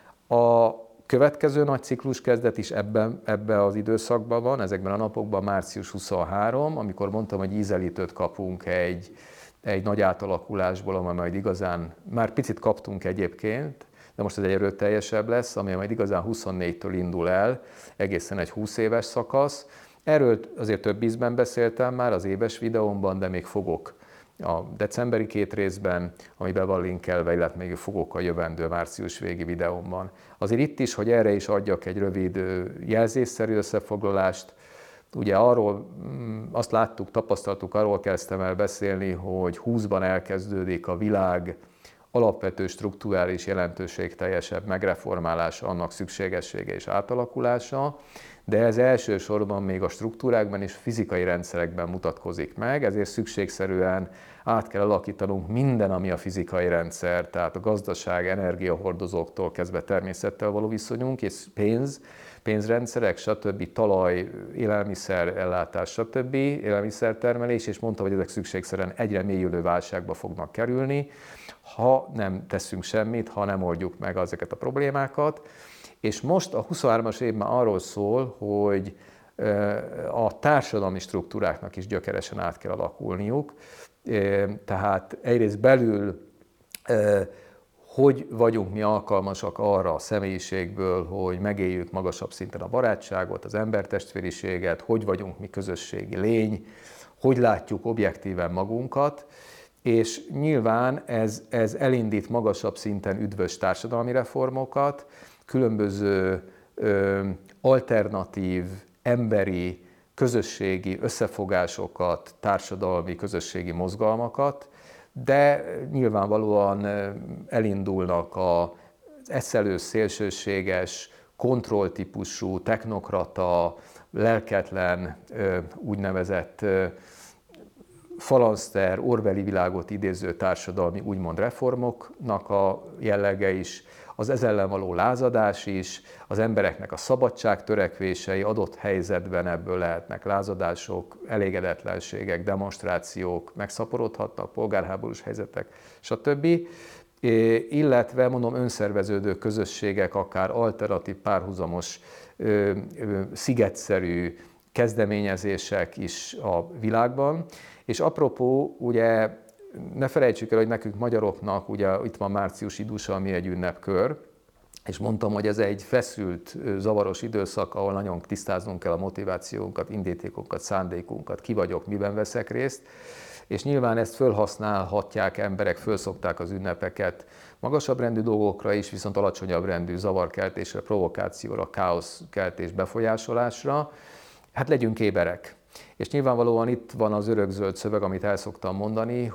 A következő nagy ciklus kezdet is ebben az időszakban van, ezekben a napokban március 23, amikor mondtam, hogy ízelítőt kapunk egy nagy átalakulásból, amely majd igazán, már picit kaptunk egyébként, de most ez egy erőteljesebb lesz, ami majd igazán 24-től indul el, egészen egy 20 éves szakasz. Erről azért több ízben beszéltem már az éves videómban, de még fogok a decemberi 2 részben, amiben van linkelve, illetve még fogok a jövendő március végi videómban. Azért itt is, hogy erre is adjak egy rövid jelzésszerű összefoglalást. Ugye arról azt láttuk, tapasztaltuk, arról kezdtem el beszélni, hogy 20-ban elkezdődik a világ alapvető strukturális jelentőségteljesebb megreformálása, annak szükségessége és átalakulása, de ez elsősorban még a struktúrákban és fizikai rendszerekben mutatkozik meg, ezért szükségszerűen át kell alakítanunk minden, ami a fizikai rendszer, tehát a gazdaság, energiahordozóktól kezdve természettel való viszonyunk, és pénzrendszerek, stb., talaj, élelmiszer ellátás, stb., élelmiszertermelés, és mondta, hogy ezek szükségszerűen egyre mélyülő válságba fognak kerülni, ha nem teszünk semmit, ha nem oldjuk meg ezeket a problémákat. És most a 23-as év már arról szól, hogy a társadalmi struktúráknak is gyökeresen át kell alakulniuk. Tehát egyrészt belül hogy vagyunk mi alkalmasak arra a személyiségből, hogy megéljük magasabb szinten a barátságot, az embertestvériséget, hogy vagyunk mi közösségi lény, hogy látjuk objektíven magunkat, és nyilván ez elindít magasabb szinten üdvös társadalmi reformokat, különböző alternatív, emberi, közösségi összefogásokat, társadalmi, közösségi mozgalmakat, de nyilvánvalóan elindulnak az eszelős, szélsőséges, kontrolltípusú, technokrata, lelketlen, úgynevezett falanszter, orwelli világot idéző társadalmi úgymond reformoknak a jellege is, az ez ellen való lázadás is, az embereknek a szabadság törekvései, adott helyzetben ebből lehetnek lázadások, elégedetlenségek, demonstrációk, megszaporodhatnak, polgárháborús helyzetek, stb. Illetve, mondom, önszerveződő közösségek, akár alternatív, párhuzamos, szigetszerű kezdeményezések is a világban. És apropó, ugye ne felejtsük el, hogy nekünk magyaroknak, ugye itt van március idusa, ami egy ünnepkör, és mondtam, hogy ez egy feszült, zavaros időszak, ahol nagyon tisztáznunk kell a motivációnkat, indítékunkat, szándékunkat, ki vagyok, miben veszek részt. És nyilván ezt fölhasználhatják emberek, fölszokták az ünnepeket magasabb rendű dolgokra is, viszont alacsonyabb rendű zavarkeltésre, provokációra, káoszkeltés, befolyásolásra. Hát legyünk éberek. És nyilvánvalóan itt van az örökzöld szöveg, amit el szoktam mondani,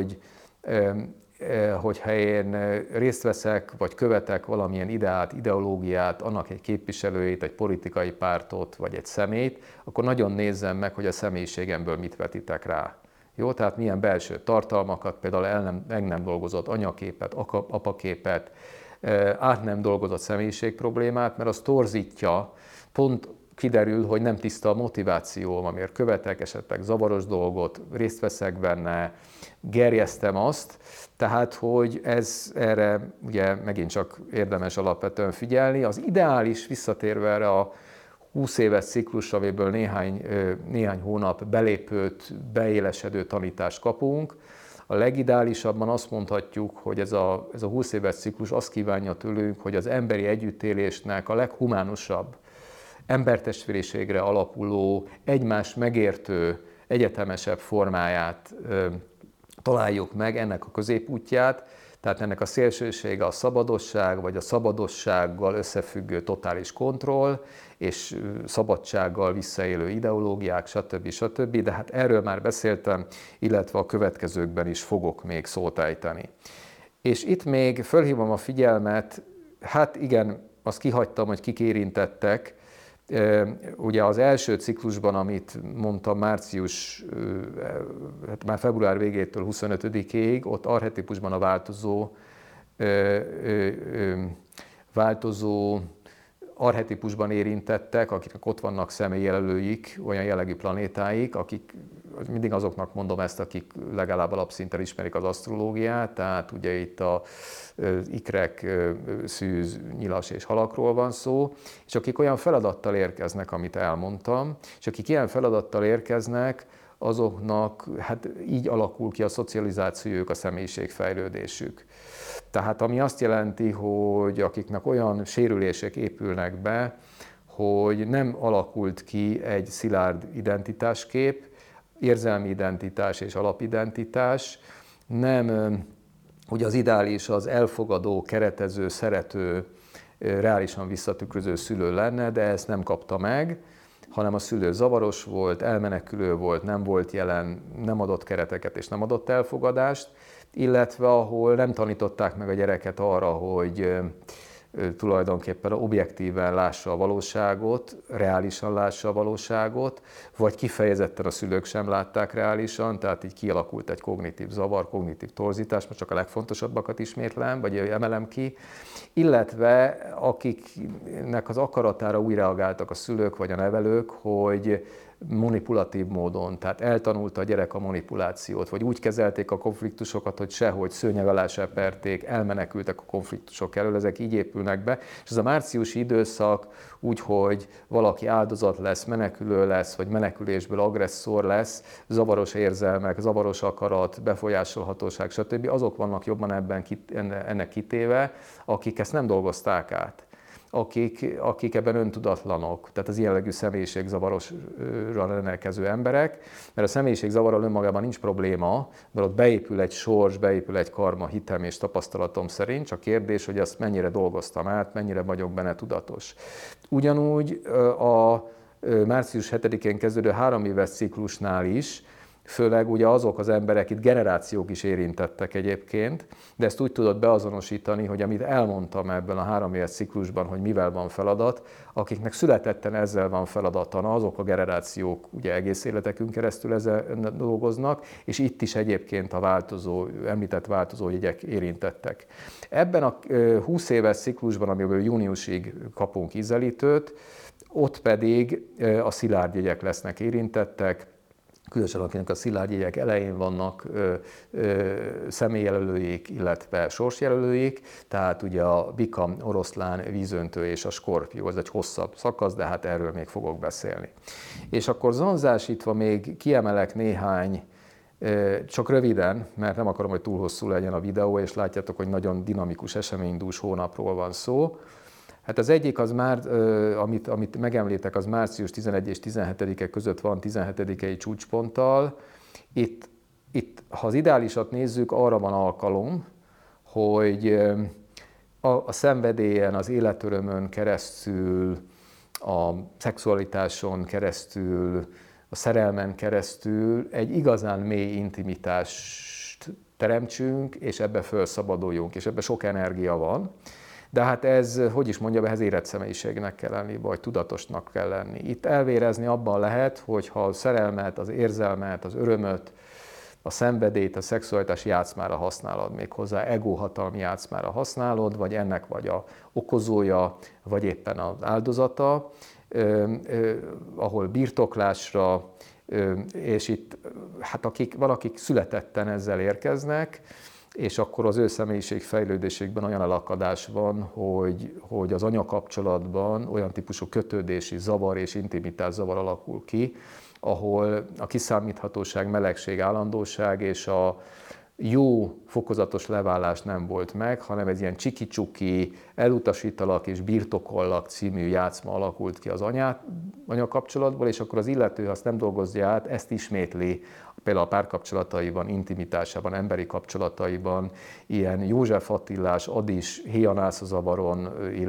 hogyha én részt veszek, vagy követek valamilyen ideát, ideológiát, annak egy képviselőjét, egy politikai pártot, vagy egy személyt, akkor nagyon nézzem meg, hogy a személyiségemből mit vetítek rá. Jó, tehát milyen belső tartalmakat, például meg nem dolgozott anyaképet, apaképet, át nem dolgozott személyiség problémát, mert az torzítja, pont kiderül, hogy nem tiszta a motivációm, amiért követek esetleg zavaros dolgot, részt veszek benne, gerjesztem azt, tehát, hogy erre ugye megint csak érdemes alapvetően figyelni. Az ideális, visszatérve erre a 20 éves ciklus, amiből néhány hónap belépőt, beélesedő tanítást kapunk, a legideálisabban azt mondhatjuk, hogy ez a 20 éves ciklus azt kívánja tőlünk, hogy az emberi együttélésnek a leghumánusabb, embertestvériségre alapuló, egymást megértő, egyetemesebb formáját találjuk meg, ennek a középútját, tehát ennek a szélsősége a szabadosság, vagy a szabadossággal összefüggő totális kontroll, és szabadsággal visszaélő ideológiák, stb. De hát erről már beszéltem, illetve a következőkben is fogok még szót ejteni. És itt még fölhívom a figyelmet, hát igen, azt kihagytam, hogy kik érintettek. Ugye az első ciklusban, amit mondtam, március, már február végétől 25-ig, ott archetipusban a változó archetipusban érintettek, akiknek ott vannak személyjelölőik, olyan jellegű planétáik, akik, mindig azoknak mondom ezt, akik legalább alapszinten ismerik az asztrológiát, tehát ugye itt az ikrek, szűz, nyilas és halakról van szó, és akik olyan feladattal érkeznek, amit elmondtam, és akik ilyen feladattal érkeznek, azoknak hát így alakul ki a szocializációjuk, a személyiségfejlődésük. Tehát ami azt jelenti, hogy akiknek olyan sérülések épülnek be, hogy nem alakult ki egy szilárd identitáskép, érzelmi identitás és alapidentitás, nem, ugye az ideális az elfogadó, keretező, szerető, reálisan visszatükröző szülő lenne, de ezt nem kapta meg, hanem a szülő zavaros volt, elmenekülő volt, nem volt jelen, nem adott kereteket és nem adott elfogadást, illetve ahol nem tanították meg a gyereket arra, hogy tulajdonképpen objektíven lássa a valóságot, reálisan lássa a valóságot, vagy kifejezetten a szülők sem látták reálisan, tehát így kialakult egy kognitív zavar, kognitív torzítás, most csak a legfontosabbakat ismétlem, vagy emelem ki, illetve akiknek az akaratára úgy reagáltak a szülők vagy a nevelők, hogy manipulatív módon, tehát eltanulta a gyerek a manipulációt, vagy úgy kezelték a konfliktusokat, hogy sehogy szőnyeg alá seperték, elmenekültek a konfliktusok elől, ezek így épülnek be, és ez a márciusi időszak úgy, hogy valaki áldozat lesz, menekülő lesz, vagy menekülésből agresszor lesz, zavaros érzelmek, zavaros akarat, befolyásolhatóság, stb. Azok vannak jobban ennek kitéve, akik ezt nem dolgozták át. Akik ebben öntudatlanok, tehát az ilyen jellegű személyiségzavarosra rendelkező emberek, mert a személyiségzavarral önmagában nincs probléma, mert ott beépül egy sors, beépül egy karma, hitem és tapasztalatom szerint, csak kérdés, hogy azt mennyire dolgoztam át, mennyire vagyok benne tudatos. Ugyanúgy a március 7-én kezdődő 3 éves ciklusnál is, főleg ugye azok az emberek, itt generációk is érintettek egyébként, de ezt úgy tudod beazonosítani, hogy amit elmondtam ebben a 3 éves ciklusban, hogy mivel van feladat, akiknek születetten ezzel van feladata, azok a generációk ugye egész életekünk keresztül ezzel dolgoznak, és itt is egyébként a említett változó jegyek érintettek. Ebben a 20 éves ciklusban, amiből júniusig kapunk ízelítőt, ott pedig a szilárd jegyek lesznek érintettek, különösen akinek a szilárd jegyek elején vannak személyjelölőik, illetve sorsjelölőik, tehát ugye a bika, oroszlán, vízöntő és a skorpió, ez egy hosszabb szakasz, de hát erről még fogok beszélni. És akkor zonzásítva még kiemelek néhány, csak röviden, mert nem akarom, hogy túl hosszú legyen a videó, és látjátok, hogy nagyon dinamikus, eseménydús hónapról van szó. Hát az egyik az már, amit megemlítek, az március 11 és 17-e között van 17-i csúcsponttal. Itt itt, ha az ideálisat nézzük, arra van alkalom, hogy a szenvedélyen, az életörömön keresztül, a szexualitáson keresztül, a szerelmen keresztül egy igazán mély intimitást teremtsünk, és ebbe felszabaduljunk, és ebbe sok energia van. De hát ez, hogy is mondjam, ehhez érett személyiségnek kell lenni, vagy tudatosnak kell lenni. Itt elvérezni abban lehet, hogy ha a szerelmet, az érzelmet, az örömöt, a szenvedélyt, a szexualitás játszmára használod, méghozzá egóhatalmi játszmára használod, vagy ennek vagy a okozója, vagy éppen az áldozata, ahol birtoklásra, és itt hát valakik születetten ezzel érkeznek, és akkor az ő személyiség fejlődésükben olyan elakadás van, hogy az anyakapcsolatban olyan típusú kötődési zavar és intimitás zavar alakul ki, ahol a kiszámíthatóság, melegség, állandóság és a jó fokozatos leválás nem volt meg, hanem egy ilyen csiki-csuki, elutasítalak és birtokollak című játszma alakult ki az anyakapcsolatból, és akkor az illető, ha azt nem dolgozja át, ezt ismétli például a párkapcsolataiban, intimitásában, emberi kapcsolataiban, ilyen József Attilás, Adis, héjanászazavaron,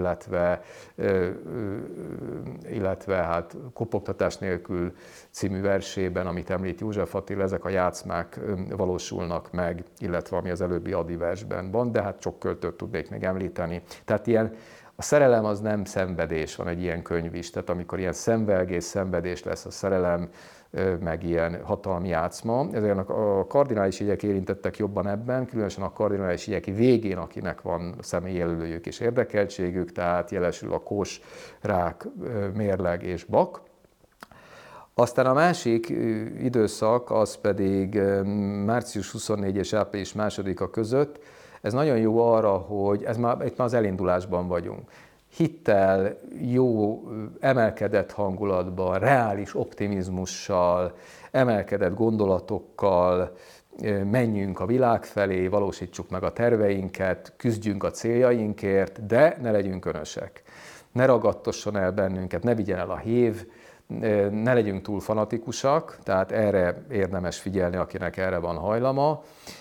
illetve hát Kopogtatás nélkül című versében, amit említ József Attila, ezek a játszmák valósulnak meg, illetve ami az előbbi Adi versben van, de hát sok költőt tudnék még említeni. Tehát ilyen, a szerelem az nem szenvedés, van egy ilyen könyv is, tehát amikor ilyen szenvelgés, szenvedés lesz a szerelem, meg ilyen hatalmi játszma. Ezért a kardinális jegyek érintettek jobban ebben, különösen a kardinális jegyek végén, akinek van személyjelölőjük és érdekeltségük, tehát jelesül a kós, rák, mérleg és bak. Aztán a másik időszak, az pedig március 24 és április 2-a között, ez nagyon jó arra, hogy itt már az elindulásban vagyunk. Hittel, jó, emelkedett hangulatban, reális optimizmussal, emelkedett gondolatokkal menjünk a világ felé, valósítsuk meg a terveinket, küzdjünk a céljainkért, de ne legyünk önösek. Ne ragadtasson el bennünket, ne vigyen el a hév, ne legyünk túl fanatikusak, tehát erre érdemes figyelni, akinek erre van hajlama.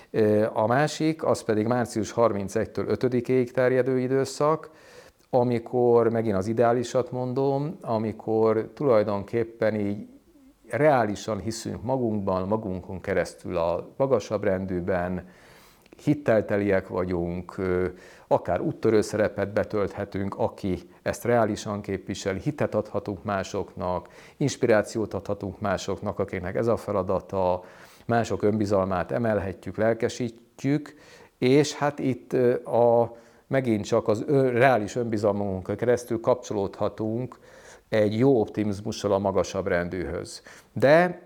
A másik, az pedig március 31-től 5-ig terjedő időszak, amikor, megint az ideálisat mondom, amikor tulajdonképpen így reálisan hiszünk magunkban, magunkon keresztül a magasabb rendűben, hittelteliek vagyunk, akár úttörő szerepet betölthetünk, aki ezt reálisan képviseli, hitet adhatunk másoknak, inspirációt adhatunk másoknak, akiknek ez a feladata, mások önbizalmát emelhetjük, lelkesítjük, és hát itt megint csak az reális önbizalmunkon keresztül kapcsolódhatunk egy jó optimizmussal a magasabb rendűhöz. De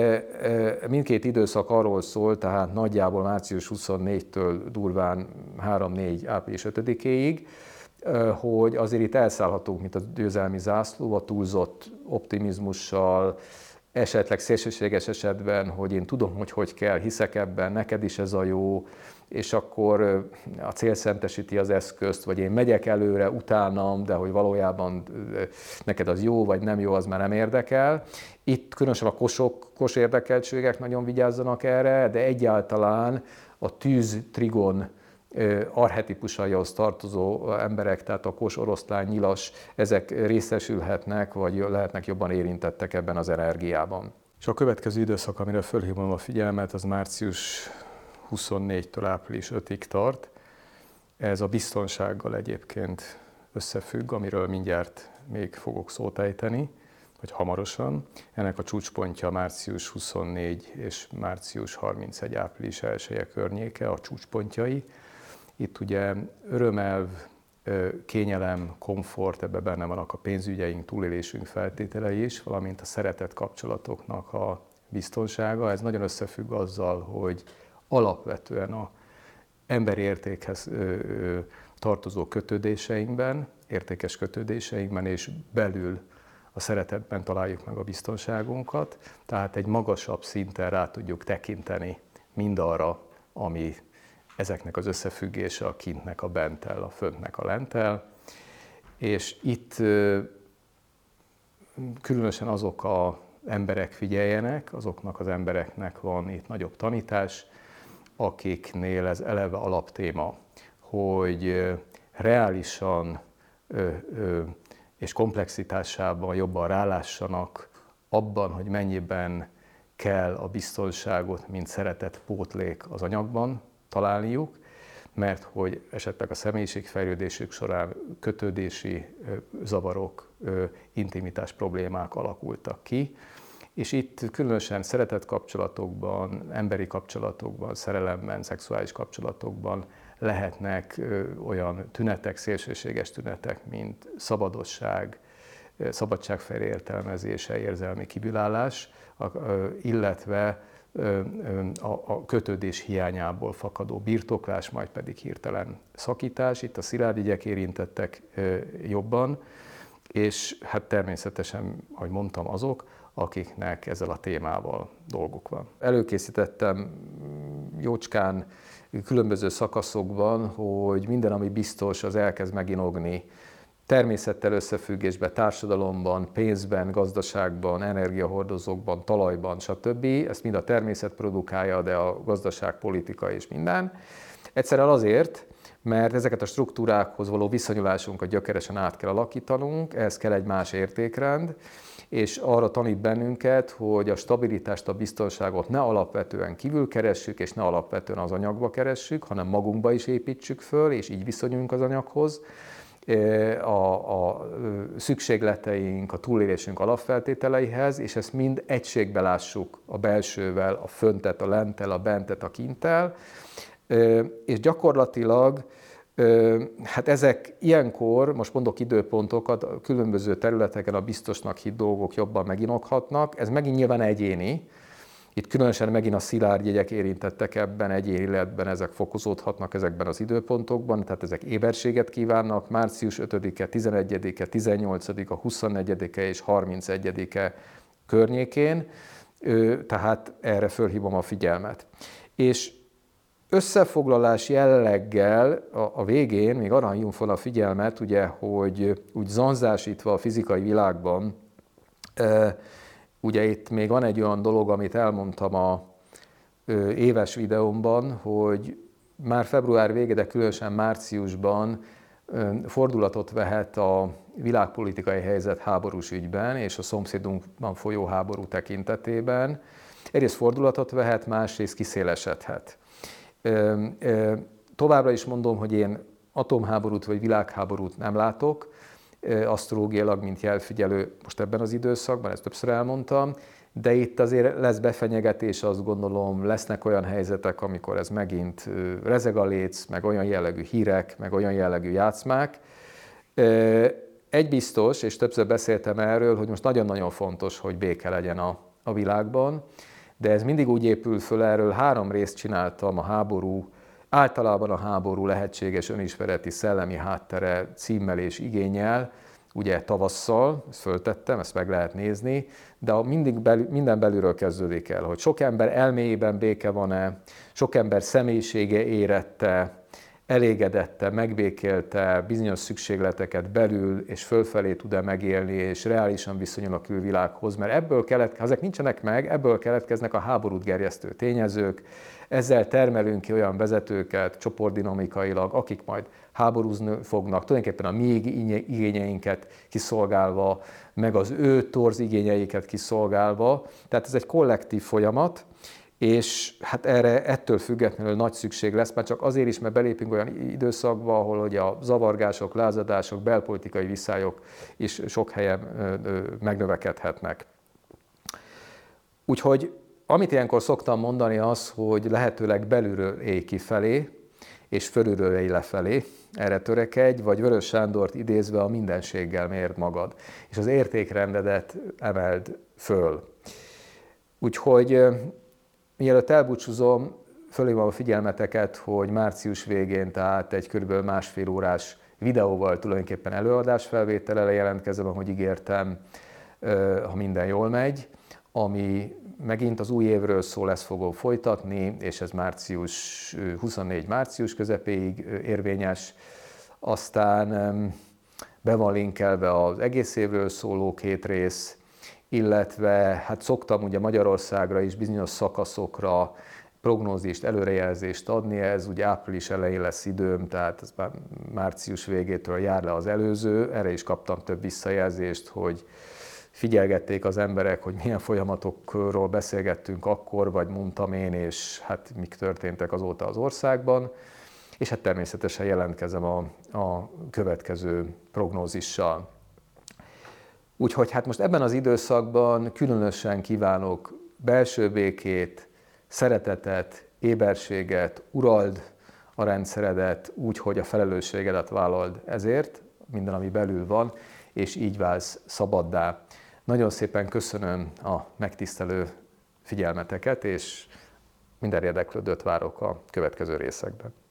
mindkét időszak arról szól, tehát nagyjából március 24-től durván 3-4 április 5-éig, hogy azért itt elszállhatunk, mint a győzelmi zászló, a túlzott optimizmussal, esetleg szélsőséges esetben, hogy én tudom, hogy kell, hiszek ebben, neked is ez a jó, és akkor a cél szentesíti az eszközt, vagy én megyek előre, utánam, de hogy valójában neked az jó, vagy nem jó, az már nem érdekel. Itt különösen a kos érdekeltségek nagyon vigyázzanak erre, de egyáltalán a tűz-trigon archetipusaihoz tartozó emberek, tehát a kos, oroszlán, nyilas, ezek részesülhetnek, vagy lehetnek jobban érintettek ebben az energiában. És a következő időszak, amire fölhívom a figyelmet, az március 24-től április 5-ig tart. Ez a biztonsággal egyébként összefügg, amiről mindjárt még fogok szót ejteni, vagy hamarosan. Ennek a csúcspontja március 24 és március 31 április 1-e környéke, a csúcspontjai. Itt ugye örömelv, kényelem, komfort, ebben benne vannak a pénzügyeink, túlélésünk feltételei is, valamint a szeretett kapcsolatoknak a biztonsága. Ez nagyon összefügg azzal, hogy alapvetően az emberi értékhez tartozó kötődéseinkben, értékes kötődéseinkben és belül a szeretetben találjuk meg a biztonságunkat, tehát egy magasabb szinten rá tudjuk tekinteni mindarra, ami ezeknek az összefüggése a kintnek a benttel, a föntnek a lenttel, és itt különösen azok a emberek figyeljenek, azoknak az embereknek van itt nagyobb tanítás, akiknél ez eleve alaptéma, hogy reálisan és komplexitásában jobban rálássanak abban, hogy mennyiben kell a biztonságot, mint szeretett pótlék az anyagban találniuk, mert hogy esetleg a személyiségfejlődésük során kötődési zavarok, intimitás problémák alakultak ki, és itt különösen szeretett kapcsolatokban, emberi kapcsolatokban, szerelemben, szexuális kapcsolatokban lehetnek olyan tünetek, szélsőséges tünetek, mint szabadosság, szabadságfelé értelmezése, érzelmi kibűlállás, illetve a kötődés hiányából fakadó birtoklás, majd pedig hirtelen szakítás. Itt a szilárd ügyek érintettek jobban, és hát természetesen, ahogy mondtam, azok, akiknek ezzel a témával dolguk van. Előkészítettem jócskán különböző szakaszokban, hogy minden, ami biztos, az elkezd meginogni természettel összefüggésben, társadalomban, pénzben, gazdaságban, energiahordozókban, talajban, stb. Ezt mind a természet produkálja, de a gazdaság, politika és minden. Egyszerűen azért, mert ezeket a struktúrákhoz való viszonyulásunkat gyökeresen át kell alakítanunk, ehhez kell egy más értékrend, és arra tanít bennünket, hogy a stabilitást, a biztonságot ne alapvetően kívül keressük, és ne alapvetően az anyagba keressük, hanem magunkba is építsük föl, és így viszonyuljunk az anyaghoz. A szükségleteink, a túlélésünk alapfeltételeihez, és ezt mind egységbe lássuk a belsővel, a föntet, a lenttel, a bentet, a kinttel, és gyakorlatilag hát ezek ilyenkor, most mondok időpontokat, a különböző területeken a biztosnak hitt dolgok jobban meginoghatnak, ez megint nyilván egyéni, itt különösen megint a szilárd jegyek érintettek ebben, egyéni életben ezek fokozódhatnak ezekben az időpontokban, tehát ezek éberséget kívánnak, március 5-e, 11-e, 18-a, 24-e és 31-e környékén, tehát erre fölhívom a figyelmet. És összefoglalás jelleggel a végén még arra hívom fel a figyelmet, ugye, hogy úgy zanzásítva a fizikai világban, ugye itt még van egy olyan dolog, amit elmondtam a éves videómban, hogy már február végén, de különösen márciusban fordulatot vehet a világpolitikai helyzet háborús ügyben és a szomszédunkban folyó háború tekintetében. Egyrészt fordulatot vehet, másrészt kiszélesedhet. Továbbra is mondom, hogy én atomháborút vagy világháborút nem látok, asztrológiailag, mint jelfigyelő most ebben az időszakban, ezt többször elmondtam, de itt azért lesz befenyegetés, azt gondolom, lesznek olyan helyzetek, amikor ez megint rezeg a léc, meg olyan jellegű hírek, meg olyan jellegű játszmák. Egy biztos, és többször beszéltem erről, hogy most nagyon-nagyon fontos, hogy béke legyen a világban, de ez mindig úgy épül föl, erről 3 részt csináltam, a háború, általában a háború lehetséges önismereti szellemi háttere címmel és igénnyel, ugye tavasszal, ezt föltettem, ezt meg lehet nézni, de minden belülről kezdődik el, hogy sok ember elméjében béke van-e, sok ember személyisége érette, elégedette, megbékélte bizonyos szükségleteket belül, és fölfelé tud-e megélni, és reálisan viszonyul a külvilághoz, mert ha ezek nincsenek meg, ebből keletkeznek a háborút gerjesztő tényezők, ezzel termelünk ki olyan vezetőket csoportdinamikailag, akik majd háborúzni fognak, tulajdonképpen a mi igényeinket kiszolgálva, meg az ő torz igényeiket kiszolgálva. Tehát ez egy kollektív folyamat, és hát ettől függetlenül nagy szükség lesz, már csak azért is, mert belépünk olyan időszakba, ahol ugye a zavargások, lázadások, belpolitikai viszályok is sok helyen megnövekedhetnek. Úgyhogy amit ilyenkor szoktam mondani az, hogy lehetőleg belülről élj kifelé, és fölülről élj lefelé, erre törekedj, vagy Vörös Sándort idézve a mindenséggel mérd magad, és az értékrendedet emeld föl. Úgyhogy mielőtt elbúcsúzom, fölhívom a figyelmeteket, hogy március végén, tehát egy kb. 1,5 órás videóval tulajdonképpen előadásfelvétellel jelentkezem, ahogy ígértem, ha minden jól megy, ami megint az új évről szól, ezt fogom folytatni, és ez 24 március közepéig érvényes. Aztán be van linkelve az egész évről szóló 2 rész, illetve hát szoktam ugye Magyarországra is bizonyos szakaszokra prognózist, előrejelzést adni, ez ugye április elején lesz időm, tehát ez már március végétől jár le az előző, erre is kaptam több visszajelzést, hogy figyelgették az emberek, hogy milyen folyamatokról beszélgettünk akkor, vagy mondtam én, és hát mik történtek azóta az országban, és hát természetesen jelentkezem a következő prognózissal. Úgyhogy hát most ebben az időszakban különösen kívánok belső békét, szeretetet, éberséget, urald a rendszeredet úgy, hogy a felelősségedet vállald ezért, minden, ami belül van, és így válsz szabaddá. Nagyon szépen köszönöm a megtisztelő figyelmeteket, és minden érdeklődőt várok a következő részekben.